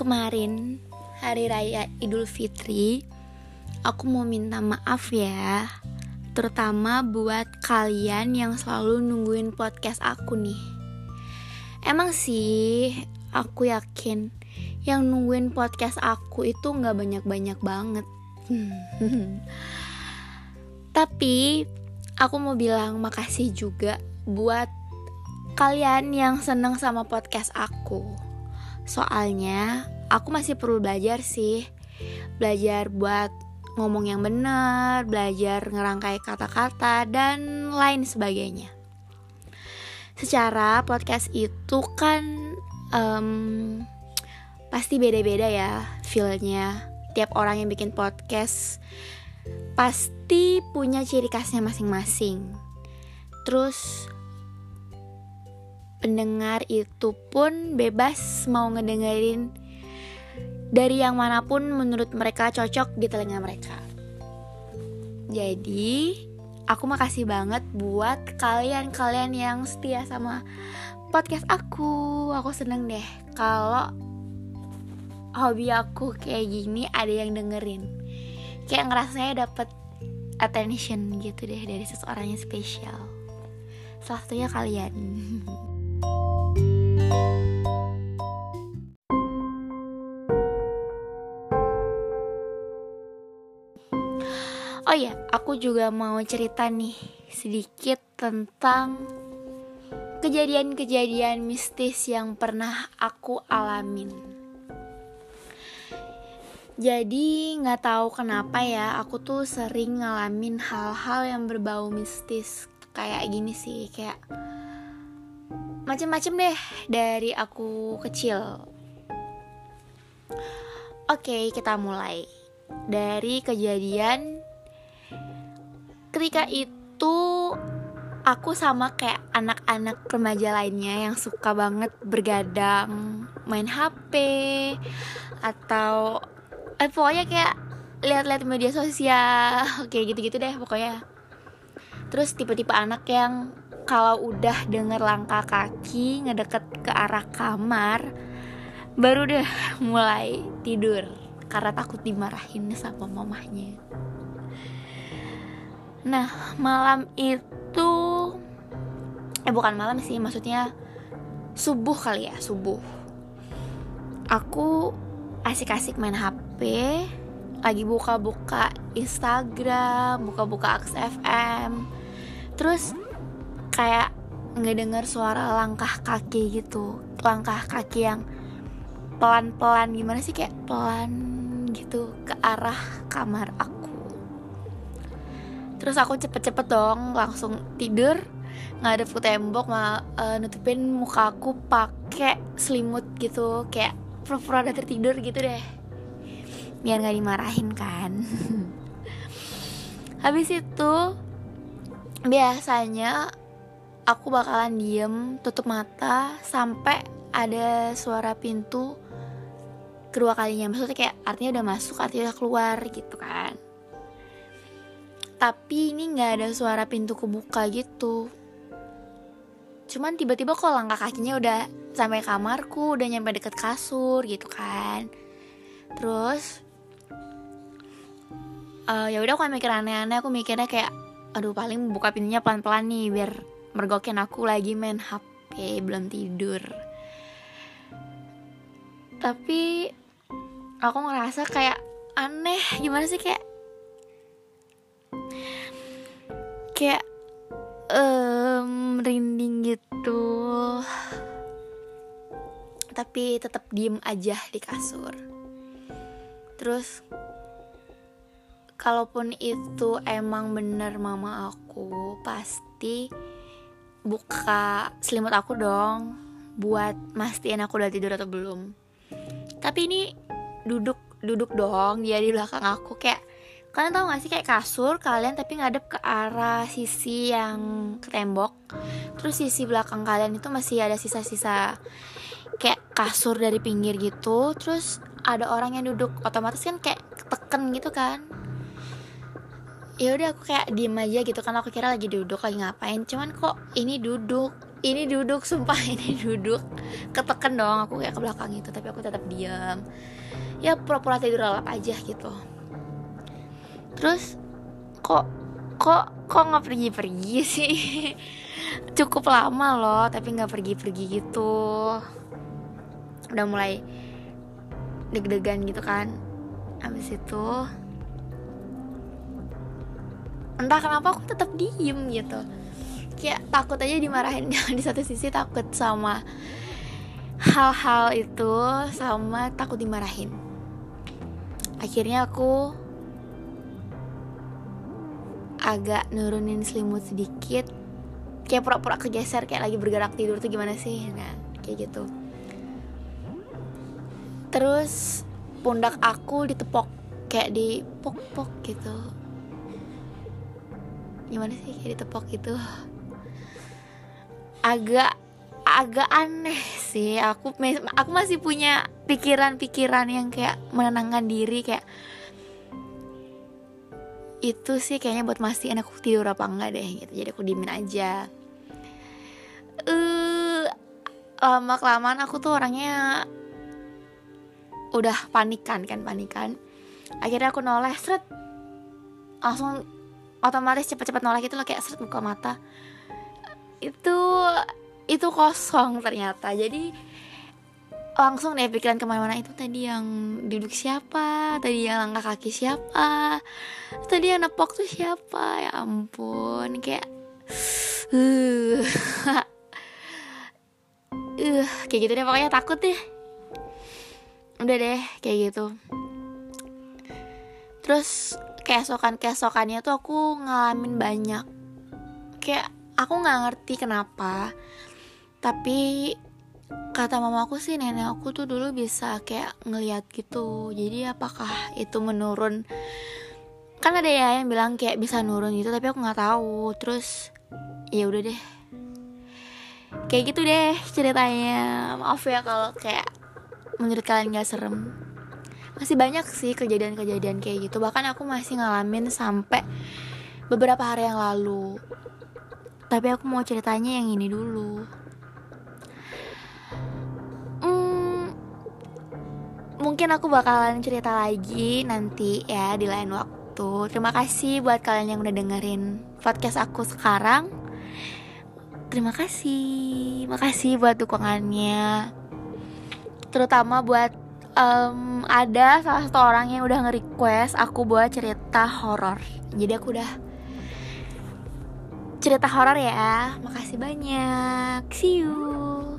Kemarin Hari Raya Idul Fitri, aku mau minta maaf ya, terutama buat kalian yang selalu nungguin podcast aku nih. Emang sih, aku yakin yang nungguin podcast aku itu gak banyak-banyak banget. Tapi aku mau bilang makasih juga buat kalian yang seneng sama podcast aku. Soalnya aku masih perlu belajar sih. Belajar buat ngomong yang benar, belajar ngerangkai kata-kata, dan lain sebagainya. Secara podcast itu kan pasti beda-beda ya feel-nya. Tiap orang yang bikin podcast pasti punya ciri khasnya masing-masing. Terus pendengar itu pun bebas mau ngedengerin dari yang manapun menurut mereka cocok di telinga mereka. Jadi aku makasih banget buat kalian yang setia sama podcast aku. Aku seneng deh kalau hobi aku kayak gini ada yang dengerin. Kayak ngerasanya dapet attention gitu deh dari seseorang yang spesial. Salah satunya kalian. Oh ya, aku juga mau cerita nih sedikit tentang kejadian-kejadian mistis yang pernah aku alamin. Jadi gak tahu kenapa ya, aku tuh sering ngalamin hal-hal yang berbau mistis. Kayak gini sih, kayak macem-macem deh dari aku kecil. Oke, kita mulai dari kejadian ketika itu aku sama kayak anak-anak remaja lainnya yang suka banget bergadang, main HP, atau pokoknya kayak lihat-lihat media sosial, kayak gitu-gitu deh pokoknya. Terus tipe-tipe anak yang kalau udah denger langkah kaki ngedeket ke arah kamar, baru deh mulai tidur karena takut dimarahin sama mamahnya. Nah, malam itu bukan malam sih, maksudnya subuh kali ya, subuh. Aku asik-asik main HP, lagi buka-buka Instagram, buka-buka AXFM. Terus kayak ngedenger suara langkah kaki gitu. Langkah kaki yang pelan-pelan, gimana sih, kayak pelan gitu ke arah kamar aku. Terus aku cepet-cepet dong langsung tidur, ngadep ke tembok, nutupin muka aku pakai selimut gitu, kayak pura-pura udah tertidur gitu deh, biar nggak dimarahin kan. Habis itu biasanya aku bakalan diem, tutup mata sampai ada suara pintu kedua kalinya. Maksudnya kayak artinya udah masuk, artinya udah keluar gitu kan. Tapi ini gak ada suara pintu kebuka gitu. Cuman tiba-tiba kok langkah kakinya udah sampai kamarku, udah nyampe deket kasur gitu kan. Terus ya udah aku mikir aneh-aneh. Aku mikirnya kayak, aduh paling buka pintunya pelan-pelan nih biar mergokin aku lagi main HP, belum tidur. Tapi aku ngerasa kayak aneh, gimana sih, kayak merinding gitu. Tapi tetap diem aja di kasur. Terus kalaupun itu emang bener mama aku, pasti buka selimut aku dong buat mastiin aku udah tidur atau belum. Tapi ini duduk dong dia di belakang aku. Kayak kalian tahu gak sih, kayak kasur kalian tapi ngadep ke arah sisi yang ke tembok. Terus sisi belakang kalian itu masih ada sisa-sisa kayak kasur dari pinggir gitu. Terus ada orang yang duduk, otomatis kan kayak keteken gitu kan. Ya udah aku kayak diem aja gitu kan, aku kira lagi duduk, lagi ngapain. Cuman kok ini duduk. ini duduk, sumpah ini duduk, keteken dong aku kayak ke belakang gitu, tapi aku tetap diam. Ya pura-pura tidur lelap aja gitu. Terus kok nggak pergi-pergi sih. Cukup lama loh, tapi nggak pergi-pergi gitu. Udah mulai deg-degan gitu kan. Habis itu entah kenapa aku tetap diem gitu, kayak takut aja dimarahin. Di satu sisi takut sama hal-hal itu, sama takut dimarahin. Akhirnya aku agak nurunin selimut sedikit, kayak pura-pura kegeser, kayak lagi bergerak tidur tuh gimana sih, nah kayak gitu. Terus pundak aku ditepok, kayak dipok-pok gitu. Gimana sih, kayak ditepok gitu. Agak aneh sih. Aku masih punya pikiran-pikiran yang kayak menenangkan diri, kayak itu sih kayaknya buat mastiin aku tidur apa enggak deh gitu. Jadi aku diemin aja. Lama-kelamaan aku tuh orangnya udah panikan. Akhirnya aku noleh, seret, langsung otomatis cepet-cepet noleh gitu loh, kayak seret buka mata. Itu kosong ternyata. Jadi langsung deh pikiran kemana-mana, itu tadi yang duduk siapa, tadi yang langkah kaki siapa, tadi yang nepok tuh siapa. Ya ampun, kayak kayak gitu deh, pokoknya takut deh. Udah deh kayak gitu. Terus keesokannya tuh aku ngalamin banyak, kayak aku nggak ngerti kenapa, tapi kata mama aku sih, nenek aku tuh dulu bisa kayak ngelihat gitu. Jadi apakah itu menurun? Kan ada ya yang bilang kayak bisa nurun gitu, tapi aku nggak tahu. Terus ya udah deh, kayak gitu deh ceritanya. Maaf ya kalau kayak menurut kalian nggak serem. Masih banyak sih kejadian-kejadian kayak gitu. Bahkan aku masih ngalamin sampai beberapa hari yang lalu. Tapi aku mau ceritanya yang ini dulu. Mungkin aku bakalan cerita lagi nanti ya di lain waktu. Terima kasih buat kalian yang udah dengerin podcast aku sekarang. Terima kasih. Makasih buat dukungannya. Terutama buat ada salah satu orang yang udah nge-request aku buat cerita horor. Jadi aku udah cerita horor ya. Makasih banyak. See you.